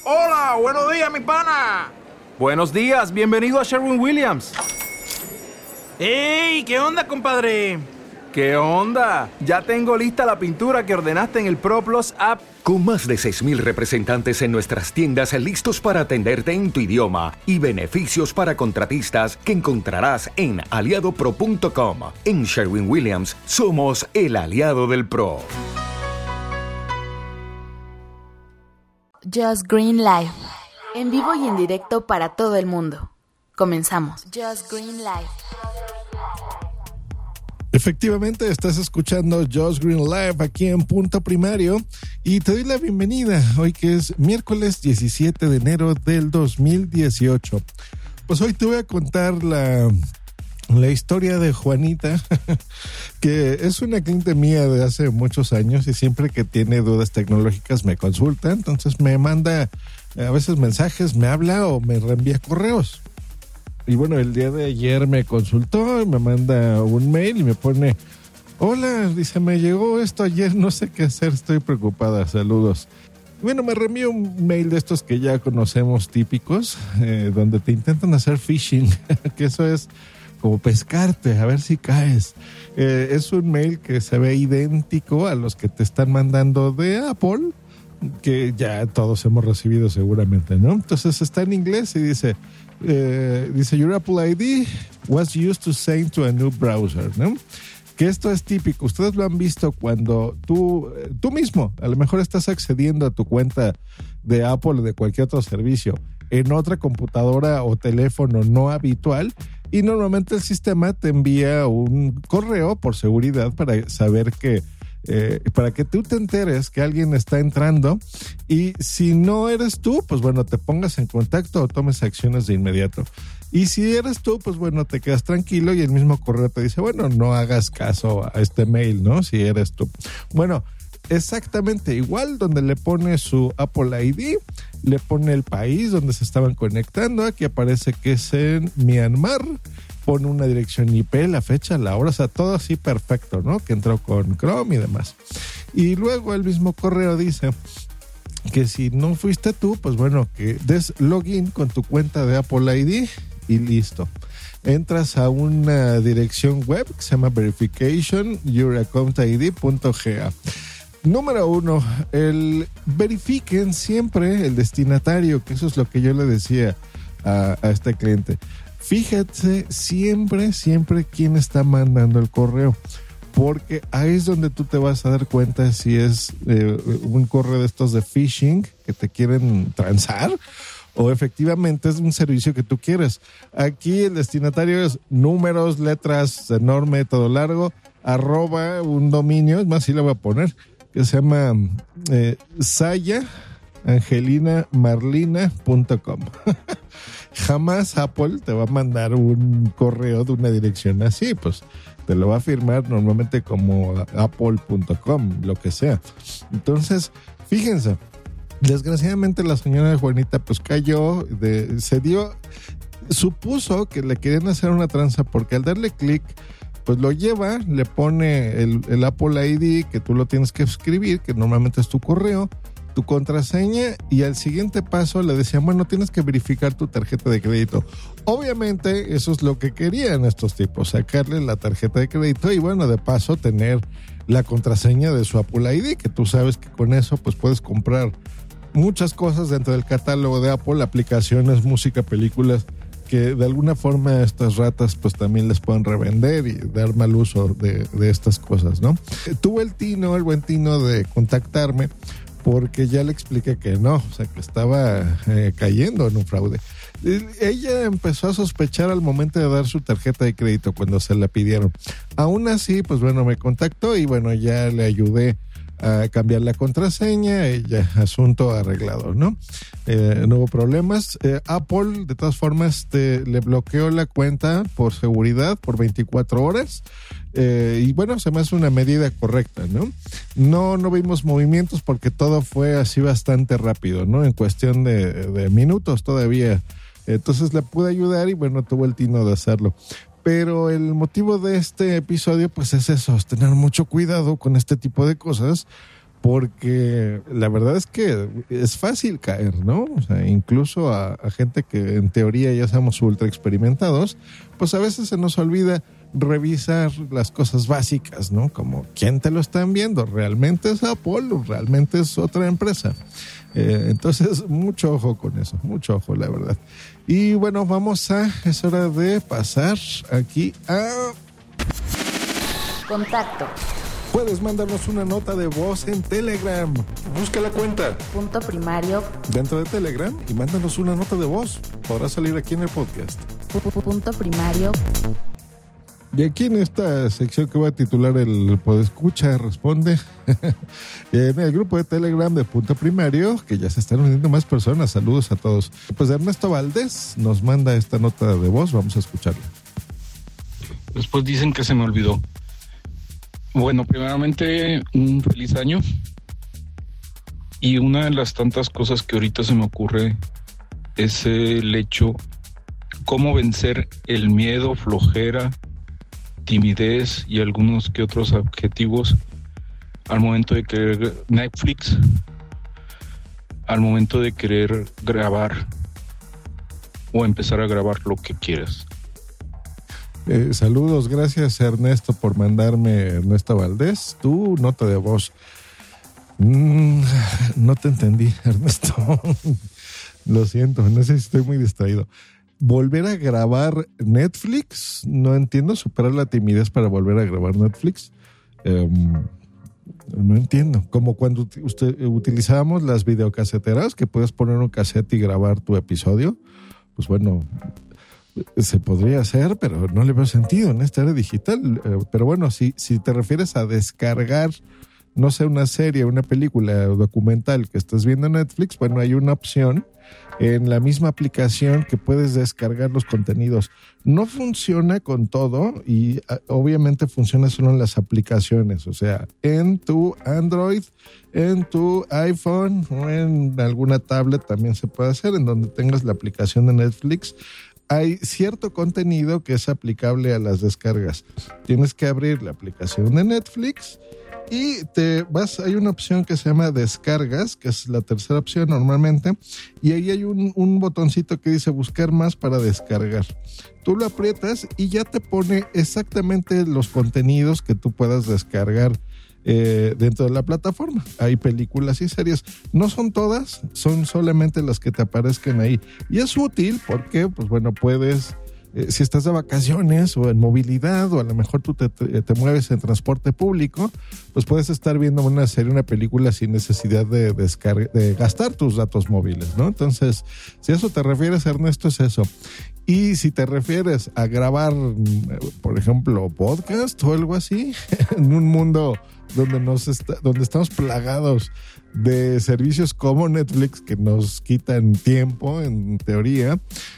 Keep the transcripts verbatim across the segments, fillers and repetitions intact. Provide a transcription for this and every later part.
Hola, buenos días, mi pana. Buenos días, bienvenido a Sherwin-Williams. ¡Ey! ¿Qué onda, compadre? ¿Qué onda? Ya tengo lista la pintura que ordenaste en el ProPlus app. Con más de seis mil representantes en nuestras tiendas listos para atenderte en tu idioma y beneficios para contratistas que encontrarás en aliado pro punto com. En Sherwin-Williams somos el aliado del pro. Just Green Live, en vivo y en directo para todo el mundo. Comenzamos. Just Green Live. Efectivamente, estás escuchando Just Green Live aquí en Punto Primario y te doy la bienvenida hoy que es miércoles diecisiete de enero del dos mil dieciocho. Pues hoy te voy a contar la, la historia de Juanita, que es una cliente mía de hace muchos años y siempre que tiene dudas tecnológicas me consulta, entonces me manda a veces mensajes, me habla o me reenvía correos. Y bueno, el día de ayer me consultó y me manda un mail y me pone: hola, dice, me llegó esto ayer, no sé qué hacer, estoy preocupada, saludos. Y bueno, me reenvió un mail de estos que ya conocemos típicos, eh, donde te intentan hacer phishing, que eso es como pescarte, a ver si caes. Eh, es un mail que se ve idéntico a los que te están mandando de Apple, que ya todos hemos recibido seguramente, ¿no? Entonces está en inglés y dice... Eh, dice, your Apple I D was used to send to a new browser, ¿no? Que esto es típico, ustedes lo han visto cuando tú, tú mismo, a lo mejor estás accediendo a tu cuenta de Apple o de cualquier otro servicio en otra computadora o teléfono no habitual y normalmente el sistema te envía un correo por seguridad para saber que Eh, para que tú te enteres que alguien está entrando y si no eres tú, pues bueno, te pongas en contacto o tomes acciones de inmediato. Y si eres tú, pues bueno, te quedas tranquilo y el mismo correo te dice, bueno, no hagas caso a este mail, ¿no? Si eres tú. Bueno, exactamente igual, donde le pone su Apple I D, le pone el país donde se estaban conectando, aquí aparece que es en Myanmar, pone una dirección I P, la fecha, la hora, o sea, todo así perfecto, ¿no? Que entró con Chrome y demás. Y luego el mismo correo dice que si no fuiste tú, pues bueno, que des login con tu cuenta de Apple I D y listo. Entras a una dirección web que se llama verification your account I D punto g a. Número uno, el verifiquen siempre el destinatario, que eso es lo que yo le decía a, a este cliente. Fíjate siempre, siempre quién está mandando el correo, porque ahí es donde tú te vas a dar cuenta si es eh, un correo de estos de phishing que te quieren transar o efectivamente es un servicio que tú quieres. Aquí el destinatario es números, letras enorme, todo largo, arroba un dominio, es más, sí le voy a poner, que se llama eh, saya angelina marlina punto com. Jamás Apple te va a mandar un correo de una dirección así, pues te lo va a firmar normalmente como apple punto com, lo que sea. Entonces, fíjense, desgraciadamente la señora Juanita pues cayó, de, se dio, supuso que le querían hacer una tranza porque al darle clic, pues lo lleva, le pone el, el Apple I D que tú lo tienes que escribir, que normalmente es tu correo, tu contraseña y al siguiente paso le decían, bueno, tienes que verificar tu tarjeta de crédito. Obviamente eso es lo que querían estos tipos, sacarle la tarjeta de crédito y bueno, de paso tener la contraseña de su Apple I D, que tú sabes que con eso pues puedes comprar muchas cosas dentro del catálogo de Apple, aplicaciones, música, películas, que de alguna forma a estas ratas pues también les pueden revender y dar mal uso de, de estas cosas, ¿no? Tuve el tino, el buen tino de contactarme porque ya le expliqué que no, o sea, que estaba eh, cayendo en un fraude. Ella empezó a sospechar al momento de dar su tarjeta de crédito cuando se la pidieron. Aún así, pues bueno, me contactó y bueno, ya le ayudé a cambiar la contraseña, ella, asunto arreglado, ¿no? Eh, no hubo problemas. Eh, Apple, de todas formas, te, le bloqueó la cuenta por seguridad por veinticuatro horas. Eh, y bueno, se me hace una medida correcta, ¿no? No, no vimos movimientos porque todo fue así bastante rápido, ¿no? En cuestión de, de minutos todavía. Entonces le pude ayudar y bueno, tuvo el tino de hacerlo. Pero el motivo de este episodio pues es eso, es tener mucho cuidado con este tipo de cosas, porque la verdad es que es fácil caer, ¿no? O sea, incluso a, a gente que en teoría ya somos ultra experimentados, pues a veces se nos olvida revisar las cosas básicas, ¿no? Como, ¿quién te lo está enviando? ¿Realmente es Apple o realmente es otra empresa? Eh, entonces, mucho ojo con eso, mucho ojo, la verdad. Y bueno, vamos a, es hora de pasar aquí a... Contacto. Puedes mandarnos una nota de voz en Telegram. Busca la cuenta Punto primario. dentro de Telegram y mándanos una nota de voz. Podrá salir aquí en el podcast. Punto primario. Y aquí en esta sección que voy a titular el Podescucha Responde, en el grupo de Telegram de Punto Primario, que ya se están uniendo más personas. Saludos a todos. Pues Ernesto Valdés nos manda esta nota de voz. Vamos a escucharla. Después dicen que se me olvidó. Bueno, primeramente, un feliz año. Y una de las tantas cosas que ahorita se me ocurre es el hecho, cómo vencer el miedo, flojera, timidez y algunos que otros adjetivos al momento de querer Netflix, al momento de querer grabar o empezar a grabar lo que quieras. Eh, saludos, gracias Ernesto por mandarme, Ernesto Valdés, tu nota de voz. Mm, no te entendí, Ernesto. Lo siento, no sé si estoy muy distraído. ¿Volver a grabar Netflix? No entiendo, superar la timidez para volver a grabar Netflix. Um, no entiendo. Como cuando usted, utilizábamos las videocaseteras, que puedes poner un cassette y grabar tu episodio. Pues bueno, se podría hacer, pero no le veo sentido en esta era digital. Eh, pero bueno, si, si te refieres a descargar, no sé, una serie, una película o documental que estás viendo en Netflix, bueno, hay una opción en la misma aplicación que puedes descargar los contenidos. No funciona con todo y obviamente funciona solo en las aplicaciones, o sea, en tu Android, en tu iPhone o en alguna tablet también se puede hacer, en donde tengas la aplicación de Netflix. Hay cierto contenido que es aplicable a las descargas. Tienes que abrir la aplicación de Netflix y te vas, hay una opción que se llama descargas, que es la tercera opción normalmente, y ahí hay un, un botoncito que dice buscar más para descargar. Tú lo aprietas y ya te pone exactamente los contenidos que tú puedas descargar eh, dentro de la plataforma. Hay películas y series, no son todas, son solamente las que te aparezcan ahí. Y es útil porque, pues bueno, puedes... Eh, si estás de vacaciones o en movilidad o a lo mejor tú te, te, te mueves en transporte público, pues puedes estar viendo una serie, una película sin necesidad de, descarga, de gastar tus datos móviles, ¿no? Entonces, si a eso te refieres, Ernesto, es eso. Y si te refieres a grabar, por ejemplo, podcast o algo así, en un mundo donde, nos está, donde estamos plagados de servicios como Netflix que nos quitan tiempo, en teoría,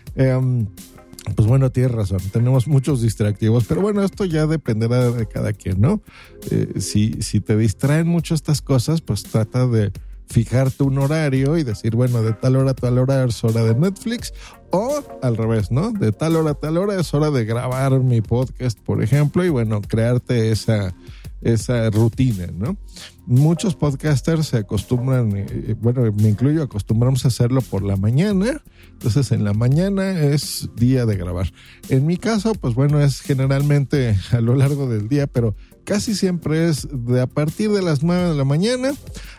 eh, pues bueno, tienes razón, tenemos muchos distractivos, pero bueno, esto ya dependerá de cada quien, ¿no? Eh, si, si te distraen mucho estas cosas, pues trata de fijarte un horario y decir, bueno, de tal hora a tal hora es hora de Netflix, o al revés, ¿no? De tal hora a tal hora es hora de grabar mi podcast, por ejemplo, y bueno, crearte esa... esa rutina, ¿no? Muchos podcasters se acostumbran, eh, bueno, me incluyo, acostumbramos a hacerlo por la mañana, entonces en la mañana es día de grabar. En mi caso, pues bueno, es generalmente a lo largo del día, pero casi siempre es de a partir de las nueve de la mañana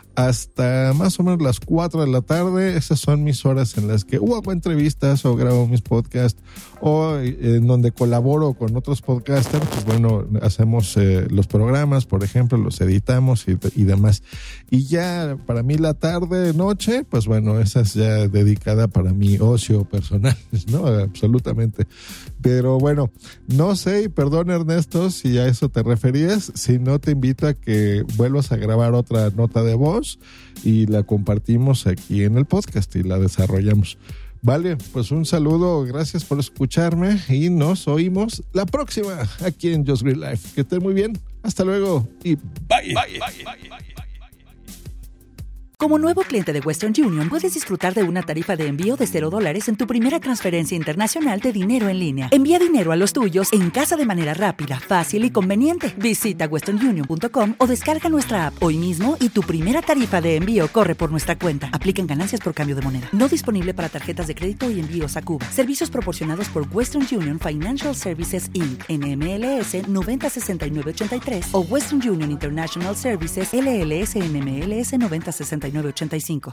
hasta más o menos las cuatro de la tarde. Esas son mis horas en las que o hago entrevistas o grabo mis podcasts o en donde colaboro con otros podcasters. Pues bueno, hacemos eh, los programas, por ejemplo, los editamos y, y demás. Y ya para mí la tarde, noche, pues bueno, esa es ya dedicada para mi ocio personal, ¿no? Absolutamente. Pero bueno, no sé, y perdón Ernesto si a eso te referías, si no te invito a que vuelvas a grabar otra nota de voz y la compartimos aquí en el podcast y la desarrollamos. Vale, pues un saludo, gracias por escucharme y nos oímos la próxima aquí en Just Green Life. Que estén muy bien, hasta luego y bye. bye, bye, bye, bye. Como nuevo cliente de Western Union, puedes disfrutar de una tarifa de envío de cero dólares en tu primera transferencia internacional de dinero en línea. Envía dinero a los tuyos en casa de manera rápida, fácil y conveniente. Visita western union punto com o descarga nuestra app hoy mismo y tu primera tarifa de envío corre por nuestra cuenta. Aplican ganancias por cambio de moneda. No disponible para tarjetas de crédito y envíos a Cuba. Servicios proporcionados por Western Union Financial Services Incorporated. N M L S noventa sesenta y nueve ochenta y tres o Western Union International Services L L S N M L S noventa sesenta y nueve ochenta y cinco.